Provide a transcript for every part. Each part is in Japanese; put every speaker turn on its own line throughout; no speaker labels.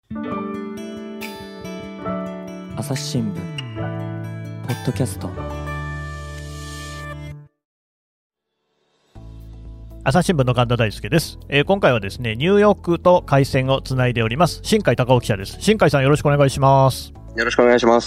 朝日新聞ポッドキャスト。
朝日新聞の神田大輔です。今回はですね、ニューヨークと回線をつないでおります新海貴夫記者です。新海さん、よろしくお願いします。
よろしくお願いします。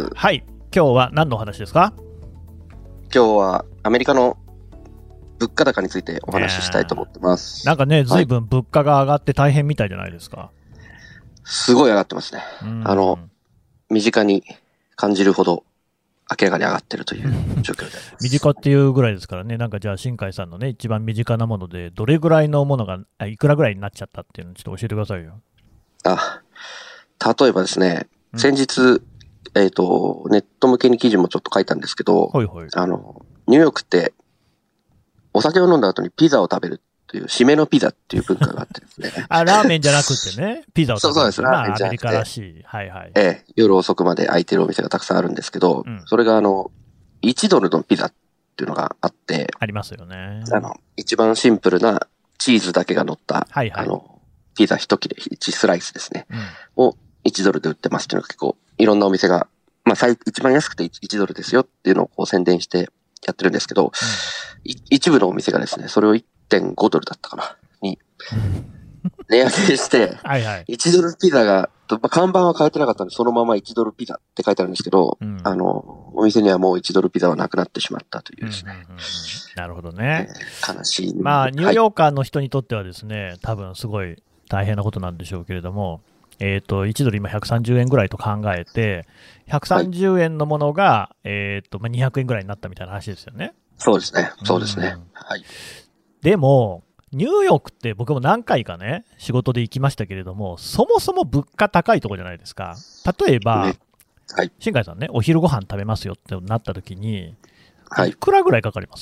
はい、今日は何のお話ですか？
今日はアメリカの物価高についてお話ししたいと思ってます。
なんかね、随分物価が上がって大変みたいじゃないですか。
すごい上がってますね。身近に感じるほど明らかに上がってるという状況であります。
身近っていうぐらいですからね。なんかじゃあ新海さんのね、一番身近なものでどれぐらいのものがいくらぐらいになっちゃったっていうのをちょっと教えてくださいよ。
例えばですね、先日、ネット向けに記事もちょっと書いたんですけど、
はいはい、
ニューヨークってお酒を飲んだ後にピザを食べるという締めのピザっていう文化があってですね。
ラーメンじゃなくてね、ピザを食べる。
そうです。ラーメンじゃ
アメリ
なくて、
カらしい。はいはい。
夜遅くまで開いてるお店がたくさんあるんですけど、それが1ドルのピザっていうのがあって、
ありますよね。
一番シンプルなチーズだけが乗った、
はいはい、
ピザ一切れ、1スライスですね、を1ドルで売ってますっていうのが結構いろんなお店が、一番安くて1ドルですよっていうのをこう宣伝してやってるんですけど、一部のお店がですね、それを 1.5 ドルだったかなに値上げして
はいはい、
1ドルピザが、看板は変えてなかったんでそのまま1ドルピザって書いてあるんですけど、お店にはもう1ドルピザはなくなってしまったというですね。
なるほどね。
悲しい。
ニューヨーカーの人にとってはですね、多分すごい大変なことなんでしょうけれども、1ドル今130円ぐらいと考えて、130円のものが、200円ぐらいになったみたいな話ですよね。
そうですね。そうですね。はい。
でも、ニューヨークって僕も何回かね、仕事で行きましたけれども、そもそも物価高いところじゃないですか。例えば、新海さんね、お昼ご飯食べますよってなった時に、いくらぐらいかかります？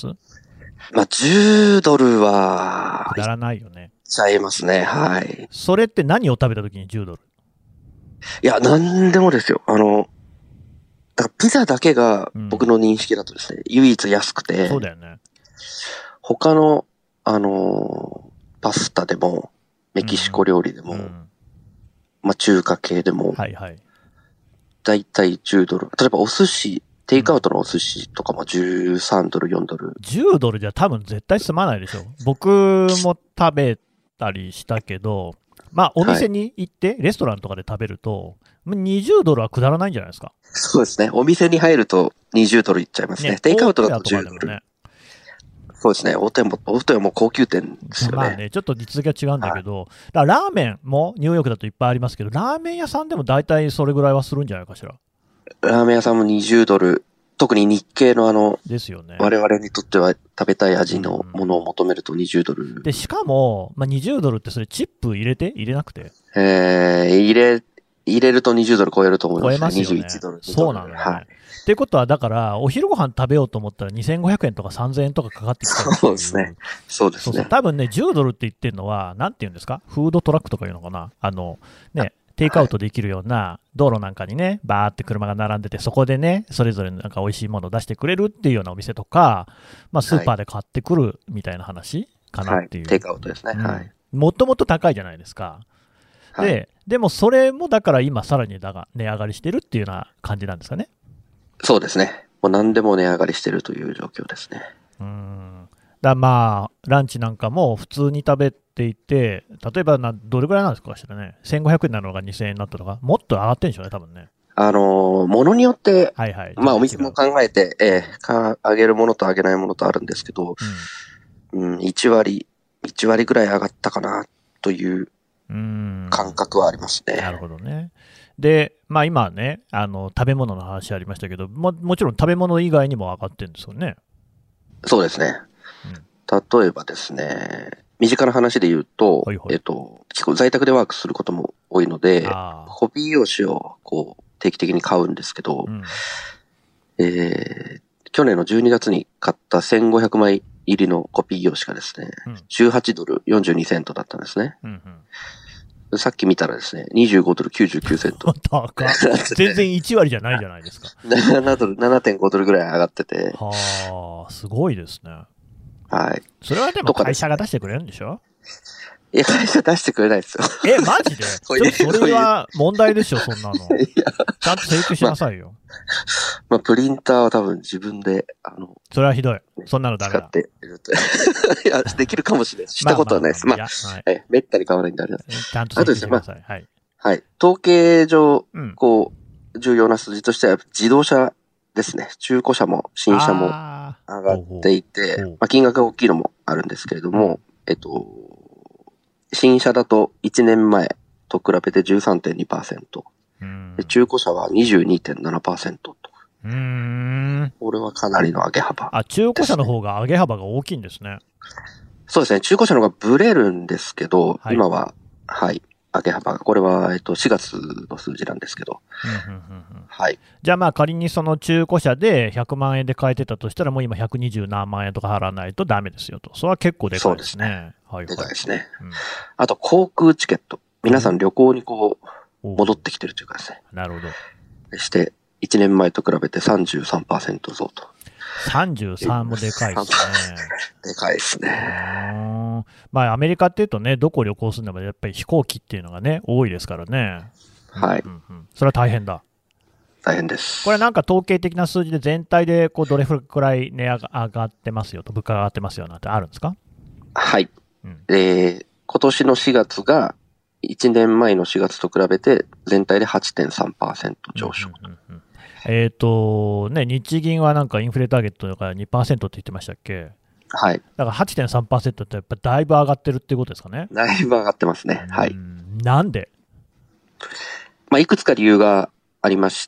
10ドルは、
くだらないよね。
ちゃいますね。はい。
それって何を食べた時に10ドル？
いや、なんでもですよ。だからピザだけが僕の認識だとですね、唯一安くて、
そうだよね。
他の、パスタでも、メキシコ料理でも、中華系でも、だいたい10ドル。例えばお寿司、テイクアウトのお寿司とかも13ドル、4ドル。
10ドルじゃ多分絶対済まないでしょ。僕も食べたりしたけど、お店に行って、レストランとかで食べると、20ドルはくだらないんじゃないですか。
そうですね。お店に入ると20ドルいっちゃいますね。テイクアウトだと10ドル。そうですね。大手はもう高級店ですよね。
ちょっと実績は違うんだけど、だからラーメンもニューヨークだといっぱいありますけど、ラーメン屋さんでも大体それぐらいはするんじゃないかしら。
ラーメン屋さんも20ドル。特に日系の
ですよね。
我々にとっては食べたい味のものを求めると20ドル。
で、しかも、20ドルってそれチップ入れなくて
入れると20ドル超えると思います。
超えますよね。
21ドル。
そうなのね。っていうことは、だから、お昼ご飯食べようと思ったら2500円とか3000円とかかかってきた。
そうですね。そうですね。
多分ね、10ドルって言ってるのは、なんて言うんですか？フードトラックとかいうのかな？テイクアウトできるような道路なんかにね、バーって車が並んでて、そこでね、それぞれなんか美味しいものを出してくれるっていうようなお店とか、スーパーで買ってくるみたいな話かなっていう。
テイクアウトですね。
もともと高いじゃないですか。でもそれもだから今さらに値上がりしてるっていうような感じなんですかね。
そうですね。もう何でも値上がりしてるという状況ですね。
ランチなんかも普通に食べていて、例えばどれぐらいなんですかしらね。1500円なのが2000円になったとか、もっと上がってるんでしょうね、多分ね。ものによって、お店も考えて、上げるものと上げないものとあるんですけど、1割ぐらい上がったかなという感覚はありますね。 なるほどね。で、今ね、食べ物の話ありましたけど、もちろん食べ物以外にも上がってるんですよね。
そうですね。例えばですね、身近な話で言うと、結構在宅でワークすることも多いので、コピー用紙を定期的に買うんですけど、去年の12月に買った1500枚入りのコピー用紙がですね、18ドル42セントだったんですね。さっき見たらですね、25ドル99セント。
全然1割じゃないじゃないですか。
7ドル、7.5 ドルぐらい上がってて。
すごいですね。
はい。
それはでも会社が出してくれるんでしょ？
いや、会社出してくれないですよ。
マジでそれは問題でしょ、そんなの。ちゃんと請求しなさいよ。
まあ、プリンターは多分自分で、
それはひどい。そんなのダメだ。
使っていると。いや、できるかもしれない。したことはないです。まあ、めったに買わないんであれなんです。
ちゃんと請求してください。はい。
はい。統計上、重要な数字としては、自動車ですね。中古車も新車も上がっていて、まあ、金額が大きいのもあるんですけれども、新車だと1年前と比べて 13.2%、中古車は 22.7% と。これはかなりの上げ幅、ね。
中古車の方が上げ幅が大きいんですね。
そうですね。中古車の方がブレるんですけど、今は、上げ幅が。これは、4月の数字なんですけど。はい。
じゃあまあ仮にその中古車で100万円で買えてたとしたら、もう今120何万円とか払わないとダメですよと。それは結構でかいですね。
はい。でかいですね。あと、航空チケット。皆さん旅行に戻ってきてるというかですね。
なるほど。
でして、1年前と比べて 33% 増と。
33もでかいですね。
でかいですね。
まあ、アメリカっていうとね、どこ旅行するのもやっぱり飛行機っていうのがね、多いですからね。
はい。
それは大変だ。
大変です。
これなんか統計的な数字で全体でどれくらい値上がってますよと、物価が上がってますよなんてあるんですか？
はい。今年の4月が1年前の4月と比べて全体で 8.3% 上昇。
日銀はなんかインフレターゲットだから 2% って言ってましたっけ？
はい。
だから 8.3% ってやっぱだいぶ上がってるっていうことですかね？
だいぶ上がってますね。はい。
なんで？
まあ、いくつか理由がありまして、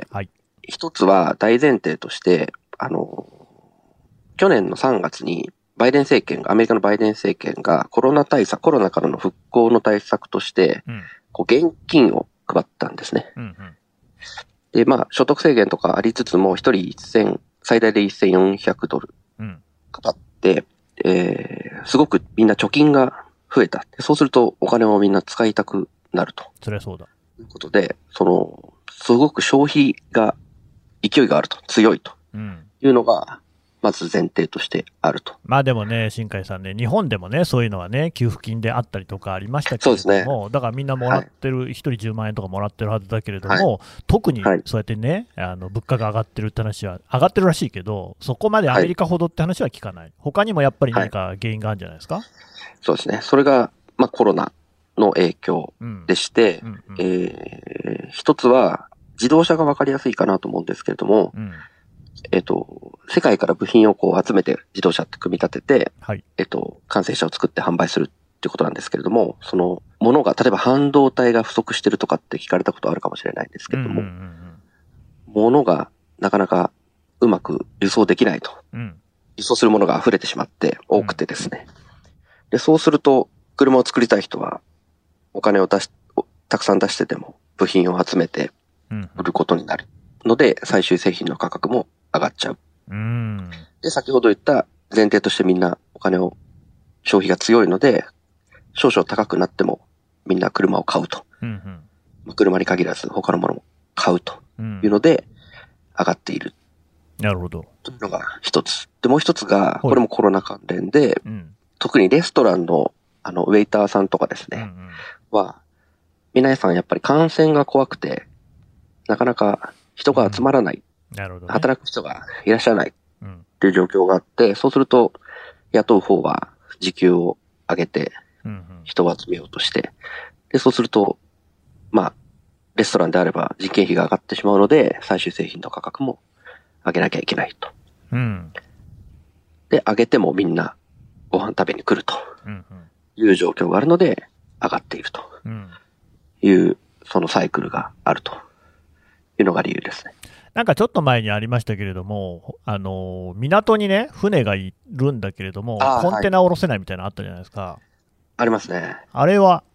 一つは大前提として、去年の3月にアメリカのバイデン政権がコロナからの復興の対策として、現金を配ったんですね。で、まあ、所得制限とかありつつも、最大で1400ドル配って、すごくみんな貯金が増えた。そうするとお金をみんな使いたくなると。
そりゃそうだ。
ということで、すごく消費が、勢いがあると、強いというのが、まず前提としてあると。
まあでもね、新海さんね、日本でもね、そういうのはね、給付金であったりとかありましたけれども、だからみんなもらってる、一人10万円とかもらってるはずだけれども、特にそうやってね、物価が上がってるって話は、上がってるらしいけど、そこまでアメリカほどって話は聞かない。他にもやっぱり何か原因があるんじゃないですか？
そうですね。それが、まあコロナの影響でして、一つは、自動車が分かりやすいかなと思うんですけれども、世界から部品を集めて自動車って組み立てて、完成車を作って販売するっていうことなんですけれども、そのものが、例えば半導体が不足してるとかって聞かれたことあるかもしれないんですけれども、ものがなかなかうまく輸送できないと。輸送するものが溢れてしまって多くてですね。で、そうすると、車を作りたい人は、お金をたくさん出してでも部品を集めて売ることになるので、最終製品の価格も上がっちゃう。で、先ほど言った前提としてみんな消費が強いので、少々高くなってもみんな車を買うと。車に限らず他のものも買うというので上がっている。
なるほど。
というのが一つ。で、もう一つが、これもコロナ関連で、特にレストランのウェイターさんとかですね、は、皆さんやっぱり感染が怖くて、なかなか人が集まらない。働く人がいらっしゃらないっていう状況があって、そうすると雇う方は時給を上げて人を集めようとして、で、そうすると、まあ、レストランであれば人件費が上がってしまうので、最終製品の価格も上げなきゃいけないと。で、上げてもみんなご飯食べに来るという状況があるので、上がっているという、そのサイクルがあるというのが理由ですね。
なんかちょっと前にありましたけれども、港にね、船がいるんだけれども、コンテナを下ろせないみたいなのあったじゃないですか。
ありますね。
あれは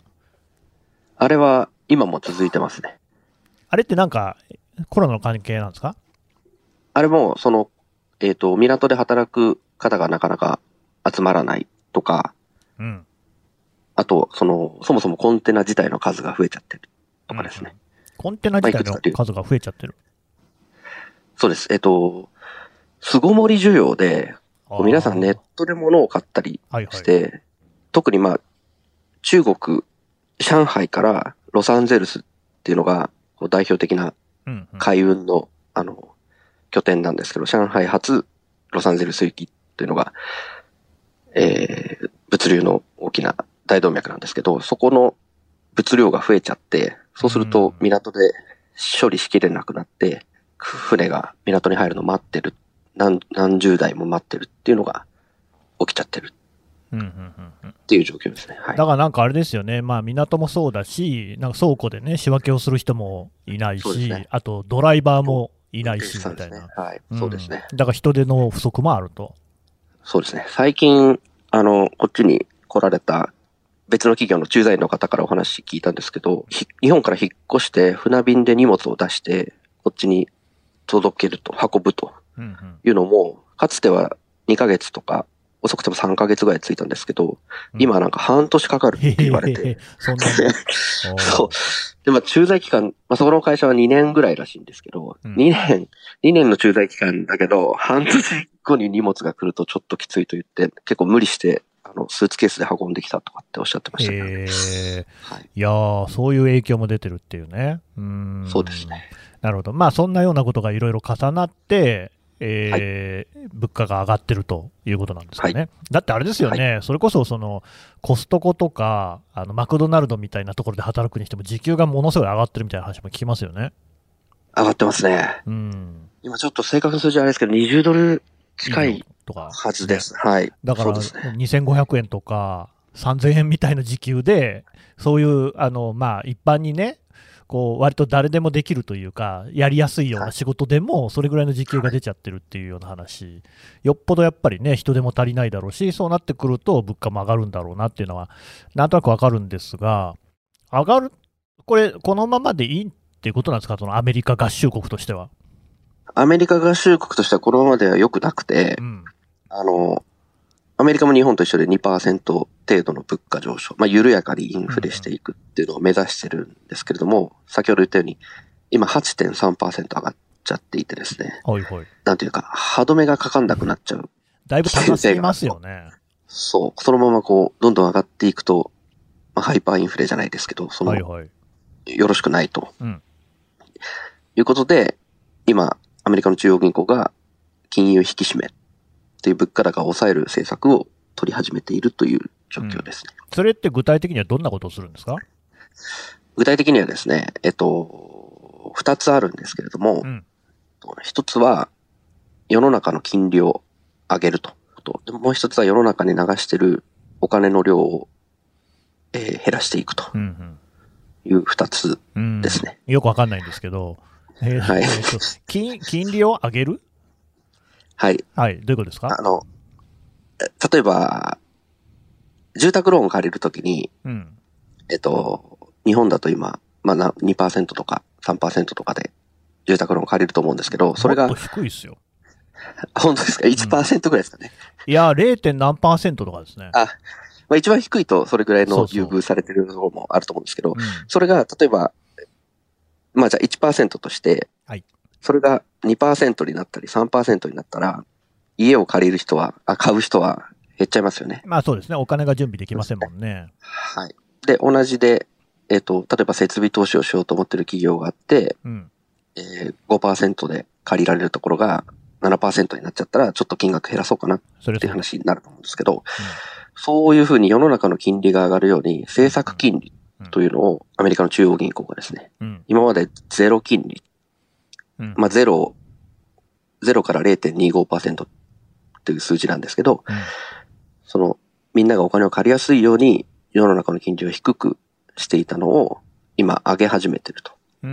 今も続いてますね。
あれってなんか、コロナの関係なんですか？
あれも、港で働く方がなかなか集まらないとか、あと、そもそもコンテナ自体の数が増えちゃってるとかですね。
コンテナ自体の数が増えちゃってる。
そうです。巣ごもり需要で、皆さんネットで物を買ったりして、特にまあ、 中国、上海からロサンゼルスっていうのがこう代表的な海運の、拠点なんですけど、上海発ロサンゼルス行きっていうのが、物流の大きな大動脈なんですけど、そこの物量が増えちゃって、そうすると港で処理しきれなくなって、船が港に入るのを待ってる、何十台も待ってるっていうのが起きちゃってるっていう状況ですね。はい、
だからなんかあれですよね、まあ港もそうだし、なんか倉庫でね、仕分けをする人もいないし、ね、あとドライバーもいないし、みたいな。
はい、そうですね。
だから人手の不足もあると。
そうですね。最近、こっちに来られた別の企業の駐在員の方からお話聞いたんですけど、日本から引っ越して船便で荷物を出して、こっちに届けると、運ぶというのも、かつては2ヶ月とか、遅くても3ヶ月ぐらいついたんですけど、今なんか半年かかるって言われて。
そんな
そう。で、まあ駐在期間、まあそこの会社は2年ぐらいらしいんですけど、2年の駐在期間だけど、半年後に荷物が来るとちょっときついと言って、結構無理して、スーツケースで運んできたとかっておっしゃってましたね。
はい、いやー、そういう影響も出てるっていうね。
そうですね。
なるほど。まあそんなようなことがいろいろ重なって、物価が上がってるということなんですかね。はい、だってあれですよね、はい、それこそコストコとかマクドナルドみたいなところで働くにしても、時給がものすごい上がってるみたいな話も聞きますよね。
上がってますね。今ちょっと正確な数字あれですけど、20ドル近いはずです。はい。
だから2500円とか3000円みたいな時給で、そういうまあ、一般にね、こう割と誰でもできるというか、やりやすいような仕事でも、それぐらいの時給が出ちゃってるっていうような話、よっぽどやっぱりね、人手も足りないだろうし、そうなってくると、物価も上がるんだろうなっていうのは、なんとなくわかるんですが、上がる、このままでいいっていうことなんですか、そのアメリカ合衆国としては。
アメリカ合衆国としては、このままでは良くなくて、アメリカも日本と一緒で 2% 程度の物価上昇、まあ、緩やかにインフレしていくっていうのを目指してるんですけれども、先ほど言ったように、今 8.3% 上がっちゃっていてですね、
はいはい、
なんていうか、歯止めがかかんなくなっちゃう。
だいぶ高すぎますよね。
そう、そのままこう、どんどん上がっていくと、まあ、ハイパーインフレじゃないですけど、
はいはい、
よろしくないと。いうことで、今、アメリカの中央銀行が金融引き締めっていう物価高を抑える政策を取り始めているという状況ですね。
それって具体的にはどんなことをするんですか？
具体的にはですね、二つあるんですけれども、一つは世の中の金利を上げると。もう一つは世の中に流しているお金の量を、減らしていくという二つですね。
よくわかんないんですけど、はい、金利を上げる？
はい。
はい。どういうことですか？
例えば、住宅ローンを借りるときに、日本だと今、まあ、2% とか 3% とかで住宅ローンを借りると思うんですけど、それが。
もっと低いですよ。
本当ですか？ 1% ぐらいですかね。
いや、0. 何%とかですね。
まあ、一番低いとそれぐらいの優遇されてるところもあると思うんですけど、それが例えば、まあじゃあ 1% として、それが 2% になったり 3% になったら、家を借りる人は、買う人は減っちゃいますよね。
まあそうですね。お金が準備できませんもんね。
はい。で、同じで、例えば設備投資をしようと思ってる企業があって、5% で借りられるところが 7% になっちゃったら、ちょっと金額減らそうかなっていう話になると思うんですけど、そういうふうに世の中の金利が上がるように、政策金利というのをアメリカの中央銀行がですね、今までゼロ金利、まあゼロから 0.25% っていう数字なんですけど、みんながお金を借りやすいように世の中の金利を低くしていたのを今上げ始めてると。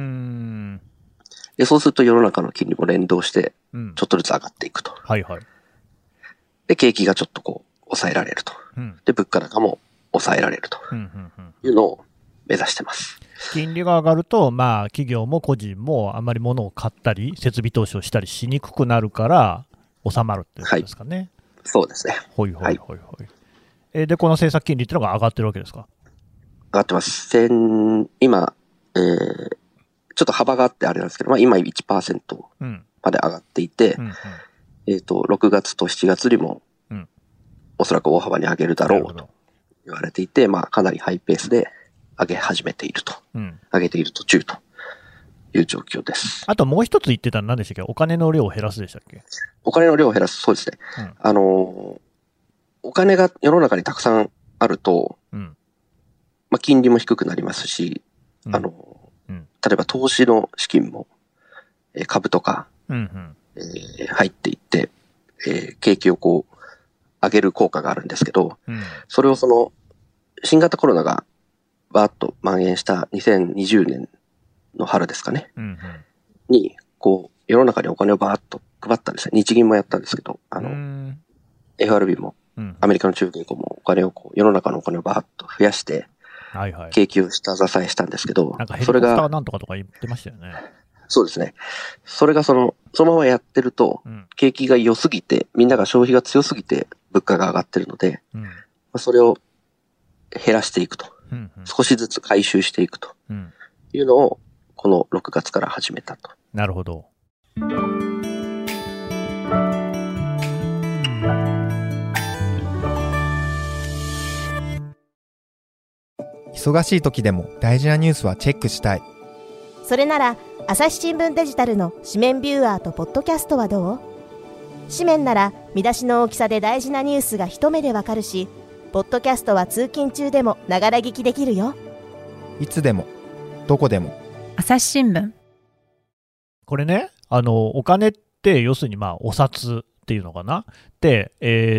で、そうすると世の中の金利も連動してちょっとずつ上がっていくと。で、景気がちょっとこう抑えられると。で、物価高も抑えられるというのを目指してます。
金利が上がると、まあ、企業も個人もあまり物を買ったり、設備投資をしたりしにくくなるから、収まるっていうことですかね。
そうですね。
で、この政策金利っていうのが上がってるわけですか？
上がってます。今、ちょっと幅があってあれなんですけど、まあ、今 1% まで上がっていて、6月と7月にも、おそらく大幅に上げるだろうと言われていて、まあ、かなりハイペースで上げ始めていると。上げている途中という状況です。
あともう一つ言ってたの何でしたっけ？お金の量を減らすでしたっけ？
お金の量を減らす、そうですね。お金が世の中にたくさんあると、まあ、金利も低くなりますし、例えば投資の資金も、株とか、入っていって、景気をこう、上げる効果があるんですけど、それを新型コロナがバーッと蔓延した2020年の春ですかね、に、こう、世の中にお金をバーッと配ったんですね。日銀もやったんですけど、FRB も、アメリカの中央銀行もお金を世の中のお金をバーッと増やして、景気を下支えしたんですけど、
なんかヘリコプターなんとかとか言ってましたよね。
そうですね。それがそのままやってると、景気が良すぎて、みんなが消費が強すぎて物価が上がってるので、それを減らしていくと。少しずつ回収していくというのを、この6月から始めたと。
なるほど。
忙しい時でも大事なニュースはチェックしたい。
それなら朝日新聞デジタルの紙面ビューアーとポッドキャストはどう？紙面なら見出しの大きさで大事なニュースが一目でわかるし、ポッドキャストは通勤中でもながら聞きできるよ。
いつでもどこでも
朝日新聞。
これね、お金って要するにまあお札っていうのかな。で、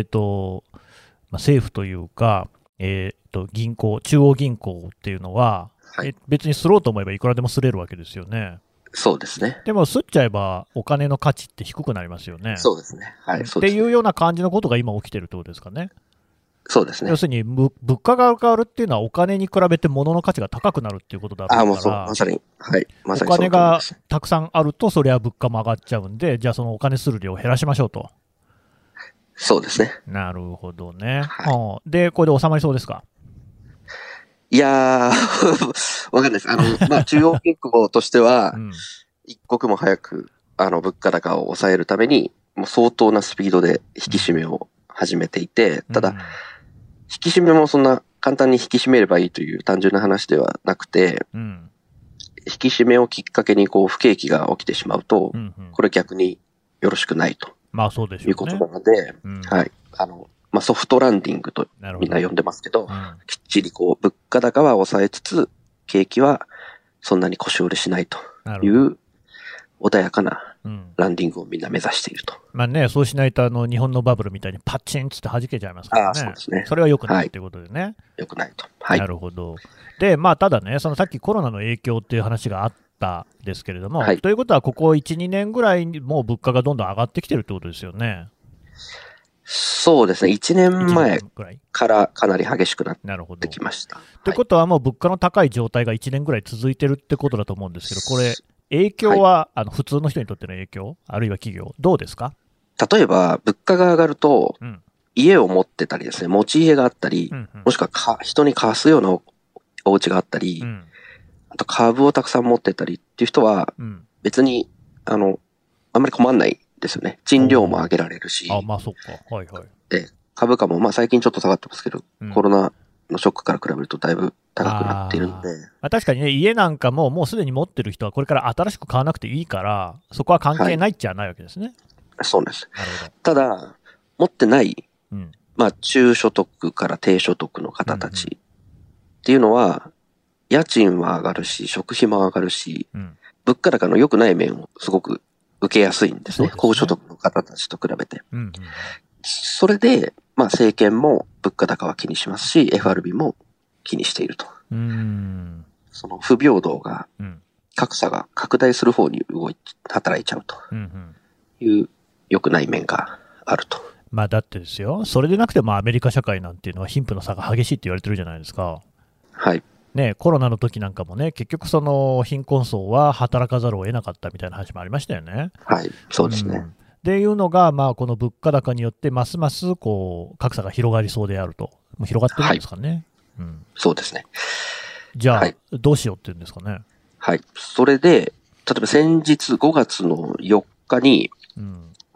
政府というか、銀行、中央銀行っていうのは、別にすろうと思えばいくらでもすれるわけですよね。
そうですね。
でも、すっちゃえばお金の価値って低くなりますよね。
そうですね。はい。
っていうような感じのことが今起きてるってことですかね。
そうですね。
要するに、物価が上がるっていうのはお金に比べて物の価値が高くなるっていうことだろうから。
もうそう、まさに。はい。まさに
お金がたくさんあると、それは物価も上がっちゃうんで、じゃあそのお金する量を減らしましょうと。
そうですね。
なるほどね。で、これで収まりそうですか？
いやー、わかんないです。まあ、中央銀行としては、一刻も早く、物価高を抑えるために、もう相当なスピードで引き締めを始めていて、ただ、引き締めもそんな簡単に引き締めればいいという単純な話ではなくて、引き締めをきっかけに不景気が起きてしまうと、これ逆によろしくないと。
まあそうでしょうね。
いうことなので、はい。まあ、ソフトランディングとみんな呼んでますけど、きっちり物価高は抑えつつ、景気はそんなに腰折れしないという穏やかなランディングをみんな目指していると。
まあね、そうしないと日本のバブルみたいにパッチンつって弾けちゃいますからね。
そうですね。
それは良くないということでね。
良くないと。はい。
なるほど。で、まあただね、さっきコロナの影響っていう話があったんですけれども、ということはここ1、2年ぐらいにもう物価がどんどん上がってきてるってことですよね。
そうですね。1年前からかなり激しくなってきました。
ということはもう物価の高い状態が1年ぐらい続いてるってことだと思うんですけど、これ、影響は、普通の人にとっての影響、あるいは企業、どうですか？
例えば、物価が上がると、家を持ってたりですね、持ち家があったり、もしくは人に貸すようなお家があったり、あと株をたくさん持ってたりっていう人は、別に、あんまり困んないですよね。賃料も上げられるし。
まあそっか。はいはい。
で、株価も、まあ最近ちょっと下がってますけど、コロナのショックから比べるとだいぶ高くなっているので。
確かにね、家なんかももうすでに持ってる人はこれから新しく買わなくていいから、そこは関係ないっちゃないわけですね。
そうなんです。ただ、持ってない、まあ中所得から低所得の方たちっていうのは、家賃は上がるし、食費も上がるし、物価高の良くない面をすごく受けやすいんですね。高所得の方たちと比べて。それで、まあ政権も物価高は気にしますし、FRB も気にしていると。その不平等が、格差が拡大する方に働いちゃうという良くない面があると。
まあだってですよ、それでなくてもアメリカ社会なんていうのは貧富の差が激しいって言われてるじゃないですか。
はい。
ね、コロナの時なんかもね、結局その貧困層は働かざるを得なかったみたいな話もありましたよね。
はい、そうですね。
っていうのが、まあこの物価高によってますます格差が広がりそうであると。もう広がってるんですかね。
そうですね。
じゃあ、どうしようっていうんですかね。
はい。それで、例えば先日5月の4日に、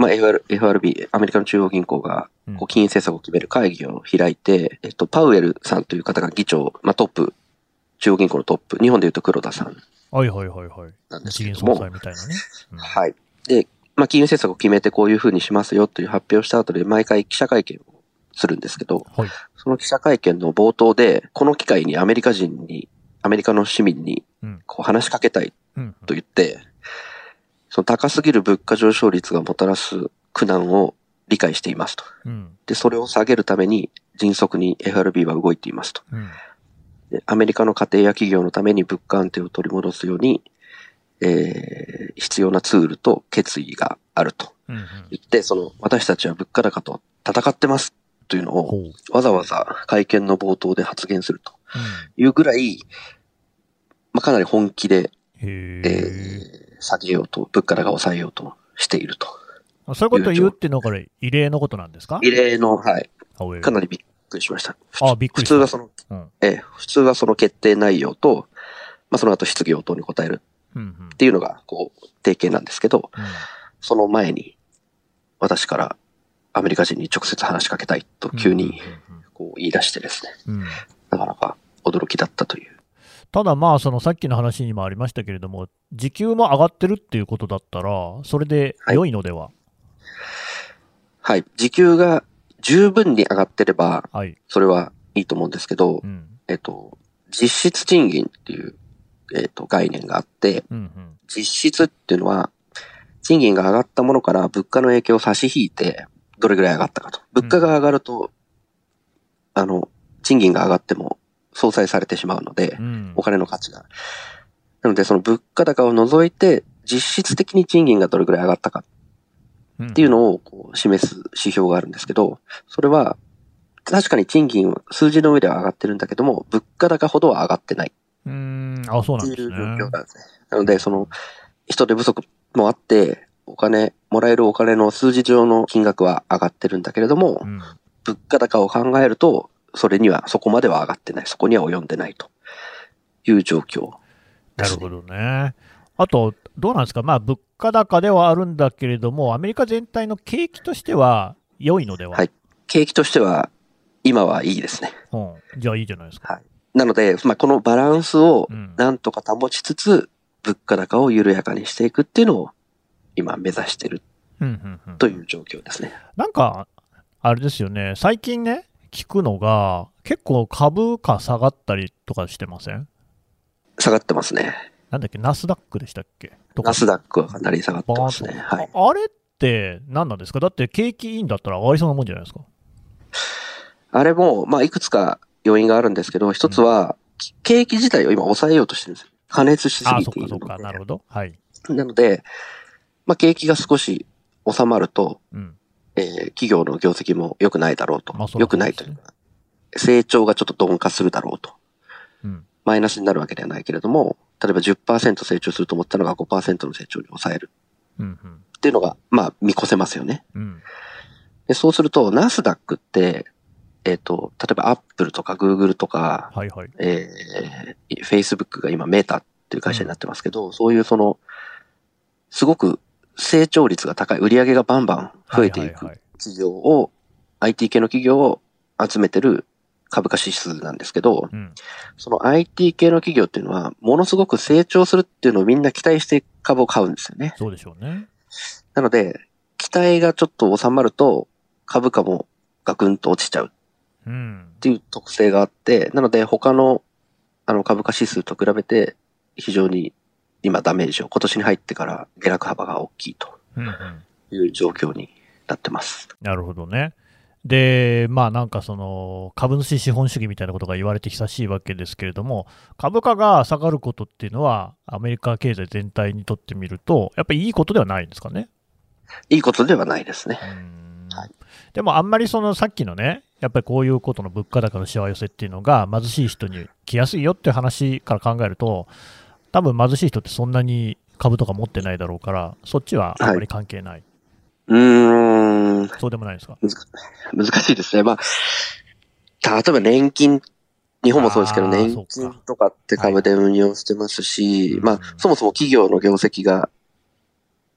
まあ、FRB、アメリカの中央銀行がこう金融政策を決める会議を開いて、パウエルさんという方が議長、まあ、トップ、中央銀行のトップ、日本でいうと黒田さん。
はいはいはいはい。
なんです
日銀
けども、
総裁みたいなね。
はい。で、まあ、金融政策を決めてこういうふうにしますよという発表をした後で毎回記者会見をするんですけど、
はい、そ
の記者会見の冒頭で、この機会にアメリカの市民にこう話しかけたいと言って、その高すぎる物価上昇率がもたらす苦難を理解していますと。で、それを下げるために迅速に FRB は動いていますと。で、アメリカの家庭や企業のために物価安定を取り戻すように、必要なツールと決意があると言って、私たちは物価高と戦ってますというのをわざわざ会見の冒頭で発言するというぐらい、まあ、かなり本気で、下げようと、物価高を抑えようとしていると。
そういうことを言うっていうのはこれ異例のことなんですか？
異例の、はい。かなりびっくりしました。
びっくりした。
普通はその決定内容と、まあ、その後質疑応答に答えるっていうのが、こう、定型なんですけど、その前に、私からアメリカ人に直接話しかけたいと急に、こう言い出してですね、なかなか驚きだったという。
ただまあ、さっきの話にもありましたけれども、時給も上がってるっていうことだったら、それで良いのでは？
はい。時給が十分に上がってれば、それはいいと思うんですけど、実質賃金っていう、概念があって、実質っていうのは、賃金が上がったものから物価の影響を差し引いて、どれぐらい上がったかと。物価が上がると、賃金が上がっても相殺されてしまうので、お金の価値が。なので、その物価高を除いて、実質的に賃金がどれぐらい上がったかっていうのをこう示す指標があるんですけど、それは、確かに賃金は数字の上では上がってるんだけども、物価高ほどは上がってない。
そうなんですね。っていう状況
なんですね。なので、人手不足もあって、もらえるお金の数字上の金額は上がってるんだけれども、物価高を考えると、そこまでは上がってない。そこには及んでないという状況ですね。
なるほどね。あと、どうなんですか、まあ、物価高ではあるんだけれども、アメリカ全体の景気としては良いのでは？
はい。景気としては、今はいいですね。
じゃあいいじゃないですか。
はい。なので、まあ、このバランスをなんとか保ちつつ、物価高を緩やかにしていくっていうのを今目指しているという状況ですね。
なんか、あれですよね、最近ね、聞くのが、結構株価下がったりとかしてません？
下がってますね。
なんだっけ、ナスダックでしたっけ？
ナスダックはかなり下がってますね。はい。
あれって何なんですか？だって景気いいんだったら上がりそうなもんじゃないですか。
あれも、まあ、いくつか要因があるんですけど、一つは、景気自体を今抑えようとしてるんですよ。加熱しすぎているので。
そうか、なるほど。はい。
なので、まあ、景気が少し収まると、企業の業績も良くないだろうと。良くないというか、成長がちょっと鈍化するだろうと。マイナスになるわけではないけれども、例えば 10% 成長すると思ったのが 5% の成長に抑える。っていうのが、まあ、見越せますよね。でそうすると、ナスダックって、例えばアップルとかグーグルとか、Facebook が今メータっていう会社になってますけど、そういうすごく成長率が高い、売り上げがバンバン増えていく企業を、IT 系の企業を集めてる株価指数なんですけど、その IT 系の企業っていうのは、ものすごく成長するっていうのをみんな期待して株を買うんですよね。
そうでしょうね。
なので、期待がちょっと収まると、株価もガクンと落ちちゃう。っていう特性があって、なので他の株価指数と比べて非常に今ダメージを今年に入ってから下落幅が大きいという状況になってます。
なるほどね。で、まあなんか株主資本主義みたいなことが言われて久しいわけですけれども、株価が下がることっていうのはアメリカ経済全体にとってみるとやっぱりいいことではないんですかね？
いいことではないですね。
でもあんまりさっきのね、やっぱりこういうことの物価高のしわ寄せっていうのが貧しい人に来やすいよっていう話から考えると、多分貧しい人ってそんなに株とか持ってないだろうから、そっちはあんまり関係ない。そうでもないですか？
難しいですね。まあ、例えば年金、日本もそうですけど、年金とかって株で運用してますし、まあ、そもそも企業の業績が、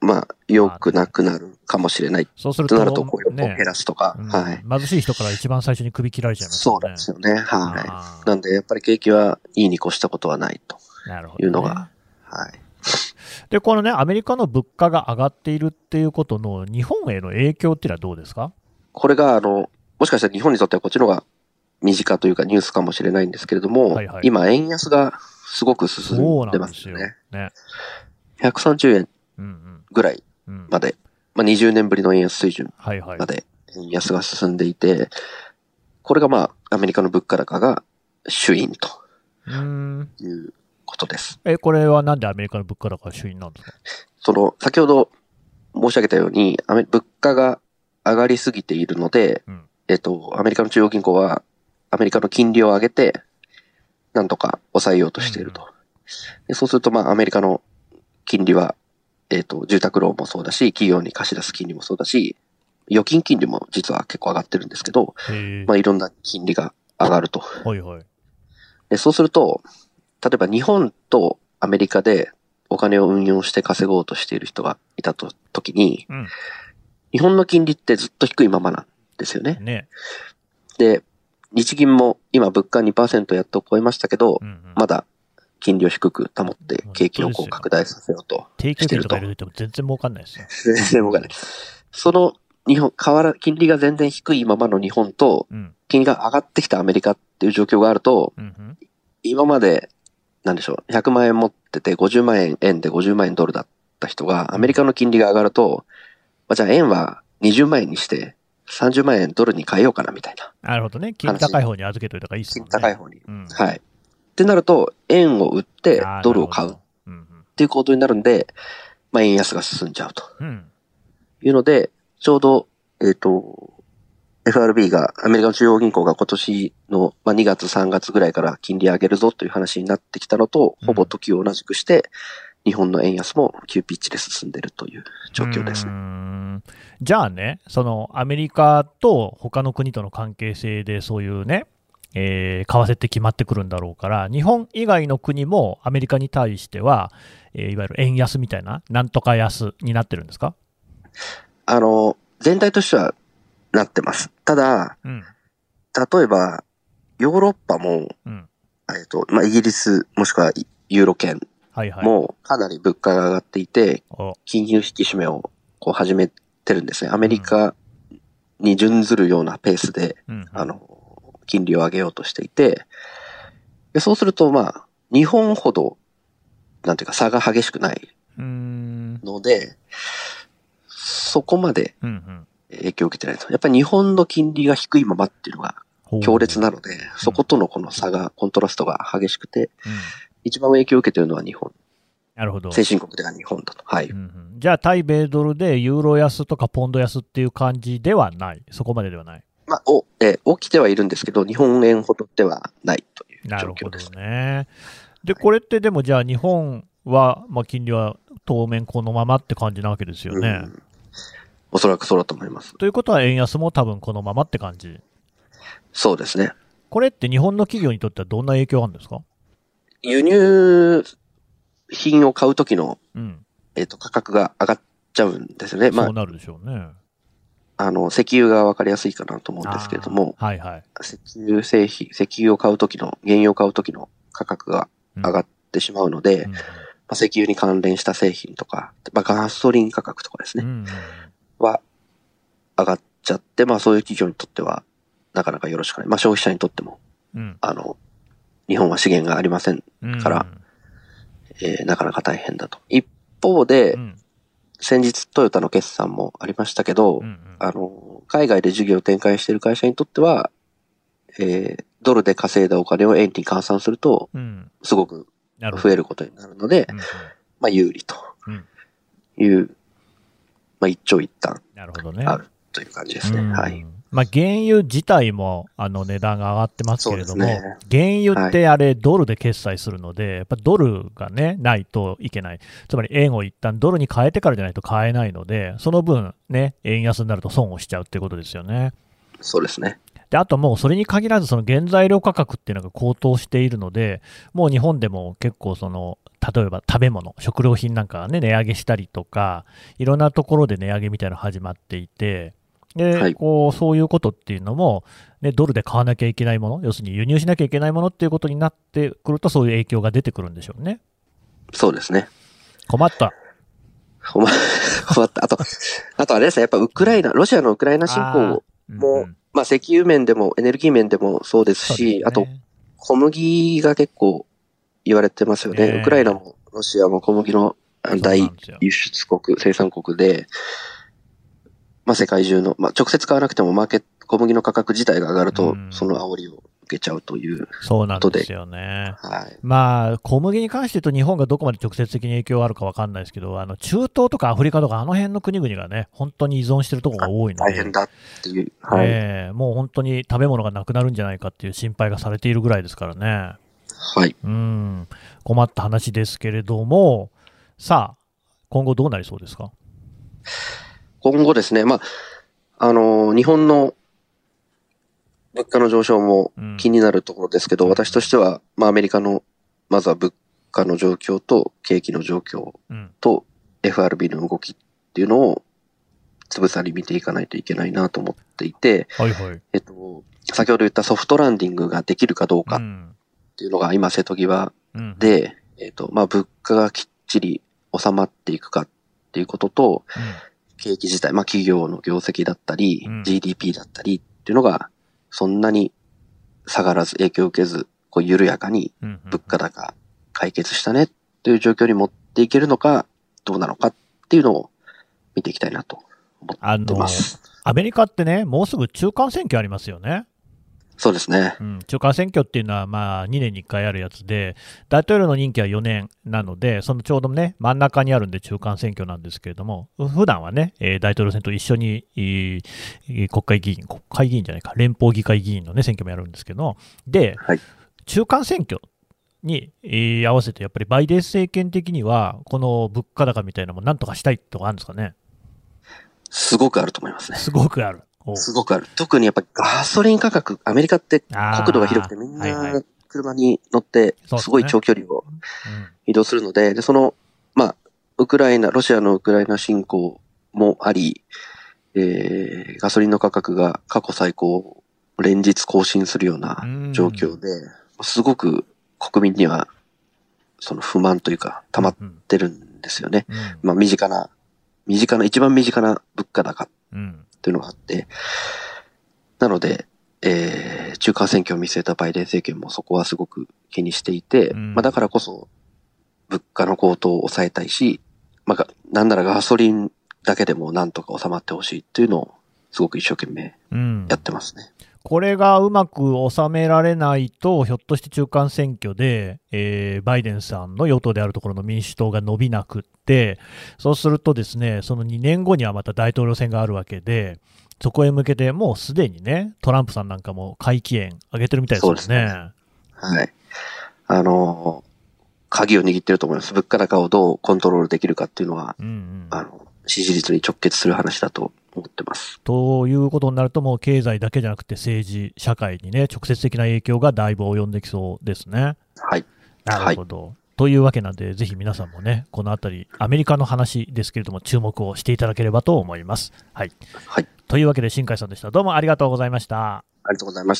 まあ、良くなくなるかもしれない。
そうすると、
となると、雇用を減らすとか、
はい。貧しい人から一番最初に首切られちゃいますよね。
そうなんですよね。はい。なんで、やっぱり景気はいいに越したことはないというのが、はい。
で、このね、アメリカの物価が上がっているっていうことの日本への影響っていうのはどうですか？
これが、もしかしたら日本にとってはこっちの方が身近というかニュースかもしれないんですけれども、はいはい、今、円安がすごく進んでますよね。130円ぐらいまで、まあ、20年ぶりの円安水準まで円安が進んでいて、これがまあ、アメリカの物価高が主因ということです。
これはなんでアメリカの物価高が主因なんですか？
先ほど申し上げたように、物価が上がりすぎているので、アメリカの中央銀行はアメリカの金利を上げて、なんとか抑えようとしていると。でそうすると、まあ、アメリカの金利は、住宅ローンもそうだし、企業に貸し出す金利もそうだし、預金金利も実は結構上がってるんですけど、まあ、いろんな金利が上がると。
はいはい。
でそうすると、例えば日本とアメリカでお金を運用して稼ごうとしている人がいた時に、日本の金利ってずっと低いままなんですよね。で、日銀も今物価 2% やっと超えましたけど、まだ金利を低く保って景気をこう拡大させようとしてると。
定期預金とか入れても全然儲かんないですよ。
全然儲かんない。その金利が全然低いままの日本と、金利が上がってきたアメリカっていう状況があると、今まで、なんでしょう、100万円持ってて50万円円で50万円ドルだった人が、アメリカの金利が上がると、じゃあ円は20万円にして、30万円ドルに変えようかなみたいな。
なるほどね。金高い方に預けといた方がいいですもんね。
金高い方に。はい。ってなると、円を売ってドルを買うっていうことになるんで、まあ円安が進んじゃうと。いうので、ちょうど、FRB が、アメリカの中央銀行が今年の、まあ、2月3月ぐらいから金利上げるぞという話になってきたのと、ほぼ時を同じくして、日本の円安も急ピッチで進んでいるという状況ですね。
じゃあね、そのアメリカと他の国との関係性でそういうね、為替って決まってくるんだろうから、日本以外の国もアメリカに対しては、いわゆる円安みたいな、なんとか安になってるんですか？
全体としてはなってます。ただ、例えば、ヨーロッパも、まあ、イギリスもしくはユーロ圏もかなり物価が上がっていて、金融引き締めをこう始めてるんですね。アメリカに準ずるようなペースで、金利を上げようとしていて、でそうすると、まあ、日本ほど、なんていうか差が激しくないので、そこまで影響を受けてないと。やっぱり日本の金利が低いままっていうのが強烈なので、そことのこの差が、コントラストが激しくて、一番影響を受けているのは日本。
なるほど。
先進国では日本だと。はい。
じゃあ、対米ドルでユーロ安とかポンド安っていう感じではない。そこまでではない。
まあ、起きてはいるんですけど、日本円ほどではないという状況です。
なるほどね。で、これってでもじゃあ日本は、まあ、金利は当面このままって感じなわけですよね。
おそらくそうだと思います。
ということは円安も多分このままって感じ。
そうですね。
これって日本の企業にとってはどんな影響があるんですか？
輸入品を買うときの、価格が上がっちゃうんですよね。
そうなるでしょうね。
石油が分かりやすいかなと思うんですけれども、石油製品、石油を買うときの、原油を買うときの価格が上がってしまうので、石油に関連した製品とか、ガソリン価格とかですね、は上がっちゃって、まあそういう企業にとってはなかなかよろしくない。まあ消費者にとっても、日本は資源がありませんから、なかなか大変だと。一方で、先日トヨタの決算もありましたけど、海外で事業を展開している会社にとっては、ドルで稼いだお金を円に換算すると、すごく増えることになるので、まあ有利という、まあ一長一短あるという感じですね。はい。
まあ、原油自体も値段が上がってますけれども、原油ってあれ、ドルで決済するので、やっぱドルがね、ないといけない。つまり円を一旦ドルに変えてからじゃないと買えないので、その分ね、円安になると損をしちゃうっていうことですよね。
そうですね。
で、あともうそれに限らず、その原材料価格っていうのが高騰しているので、もう日本でも結構その例えば食べ物、食料品なんかがね、値上げしたりとか、いろんなところで値上げみたいなのが始まっていて、で、
はい
そういうことっていうのも、ね、ドルで買わなきゃいけないもの、要するに輸入しなきゃいけないものっていうことになってくると、そういう影響が出てくるんでしょうね。
そうですね。
困った。
困った。あとあれですね、やっぱロシアのウクライナ侵攻も、まあ石油面でもエネルギー面でもそうですし、あと小麦が結構言われてますよね。ウクライナもロシアも小麦の大輸出国、生産国で、まあ世界中の、まあ直接買わなくても小麦の価格自体が上がると、その煽りを受けちゃうということで。
そうなんですよね。
はい。
まあ、小麦に関して言うと日本がどこまで直接的に影響があるか分かんないですけど、中東とかアフリカとかあの辺の国々がね、本当に依存してるところが多いので。
大変だっていう。はい。
もう本当に食べ物がなくなるんじゃないかっていう心配がされているぐらいですからね。
はい。
困った話ですけれども、さあ、今後どうなりそうですか？
今後ですね、まあ、日本の物価の上昇も気になるところですけど、私としては、まあアメリカの、まずは物価の状況と景気の状況と FRB の動きっていうのをつぶさに見ていかないといけないなと思っていて、
はいはい、
先ほど言ったソフトランディングができるかどうかっていうのが今瀬戸際で、まあ物価がきっちり収まっていくかっていうことと、景気自体、まあ企業の業績だったり、GDP だったりっていうのがそんなに下がらず影響を受けず、緩やかに物価高解決したねという状況に持っていけるのかどうなのかっていうのを見ていきたいなと思ってます。
アメリカってね、もうすぐ中間選挙ありますよね。
そうですね。
中間選挙っていうのはまあ2年に1回あるやつで、大統領の任期は4年なので、そのちょうどね、真ん中にあるんで中間選挙なんですけれども、普段はね、大統領選と一緒に国会議員じゃないか、連邦議会議員のね、選挙もやるんですけど、で、
はい、
中間選挙に合わせて、やっぱりバイデン政権的には、この物価高みたいなのもなんとかしたいとかあるんですかね。
すごくあると思いますね。
すごくある。
すごくある。特にやっぱりガソリン価格、アメリカって国土が広くてみんな車に乗ってすごい長距離を移動するので、まあ、ロシアのウクライナ侵攻もあり、ガソリンの価格が過去最高を連日更新するような状況で、すごく国民にはその不満というか溜まってるんですよね。まあ一番身近な物価高というのがあって、なので、中間選挙を見据えたバイデン政権もそこはすごく気にしていて、まあだからこそ物価の高騰を抑えたいし、まあなんならガソリンだけでもなんとか収まってほしいっていうのをすごく一生懸命やってますね。
これがうまく収められないと、ひょっとして中間選挙で、バイデンさんの与党であるところの民主党が伸びなくって、そうするとですね、その2年後にはまた大統領選があるわけで、そこへ向けてもうすでにね、トランプさんなんかも会期限上げてるみたいですよね。そうですね。
はい。鍵を握ってると思います。物価高をどうコントロールできるかっていうのは、支持率に直結する話だと思ってます。
ということになると、もう経済だけじゃなくて政治、社会にね、直接的な影響がだいぶ及んできそうですね。
はい。
なるほど。はい、というわけなんで、ぜひ皆さんもね、このあたり、アメリカの話ですけれども、注目をしていただければと思います。はい。
はい。
というわけで、新海さんでした。どうもありがとうございました。
ありがとうございました。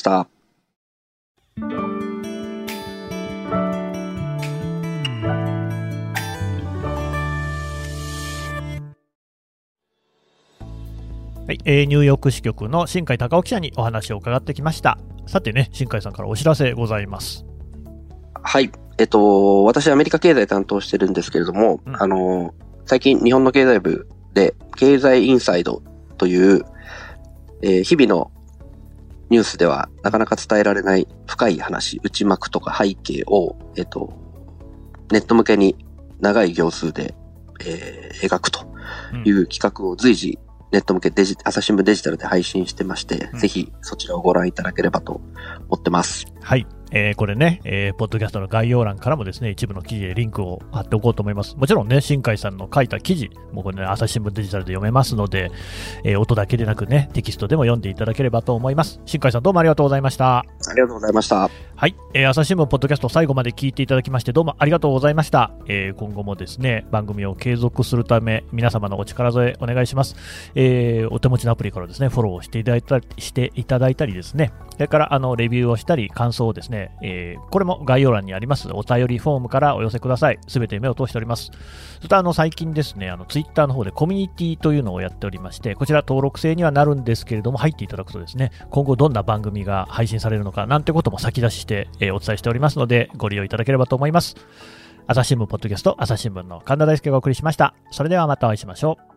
はい、ニューヨーク支局の新海隆夫記者にお話を伺ってきました。さてね、新海さんからお知らせございます。
はい。私アメリカ経済担当してるんですけれども、最近日本の経済部で経済インサイドという、日々のニュースではなかなか伝えられない深い話、内幕とか背景を、ネット向けに長い行数で、描くという企画を随時ネット向け朝日新聞デジタルで配信してまして、ぜひそちらをご覧いただければと思ってます。
はい。これね、ポッドキャストの概要欄からもですね、一部の記事へリンクを貼っておこうと思います。もちろんね、新海さんの書いた記事、もうこれね、朝日新聞デジタルで読めますので、音だけでなくね、テキストでも読んでいただければと思います。新海さんどうもありがとうございました。
ありがとうございました。
はい、朝日新聞ポッドキャスト最後まで聞いていただきましてどうもありがとうございました。今後もですね番組を継続するため皆様のお力添えお願いします。お手持ちのアプリからですねフォローしていただいたりですね、それからレビューをしたり感想をですね、これも概要欄にありますお便りフォームからお寄せください。すべて目を通しております。そして最近ですねツイッターの方でコミュニティというのをやっておりまして、こちら登録制にはなるんですけれども入っていただくとですね今後どんな番組が配信されるのかなんてことも先出しして、お伝えしておりますのでご利用いただければと思います。朝日新聞ポッドキャスト朝日新聞の神田大輔がお送りしました。それではまたお会いしましょう。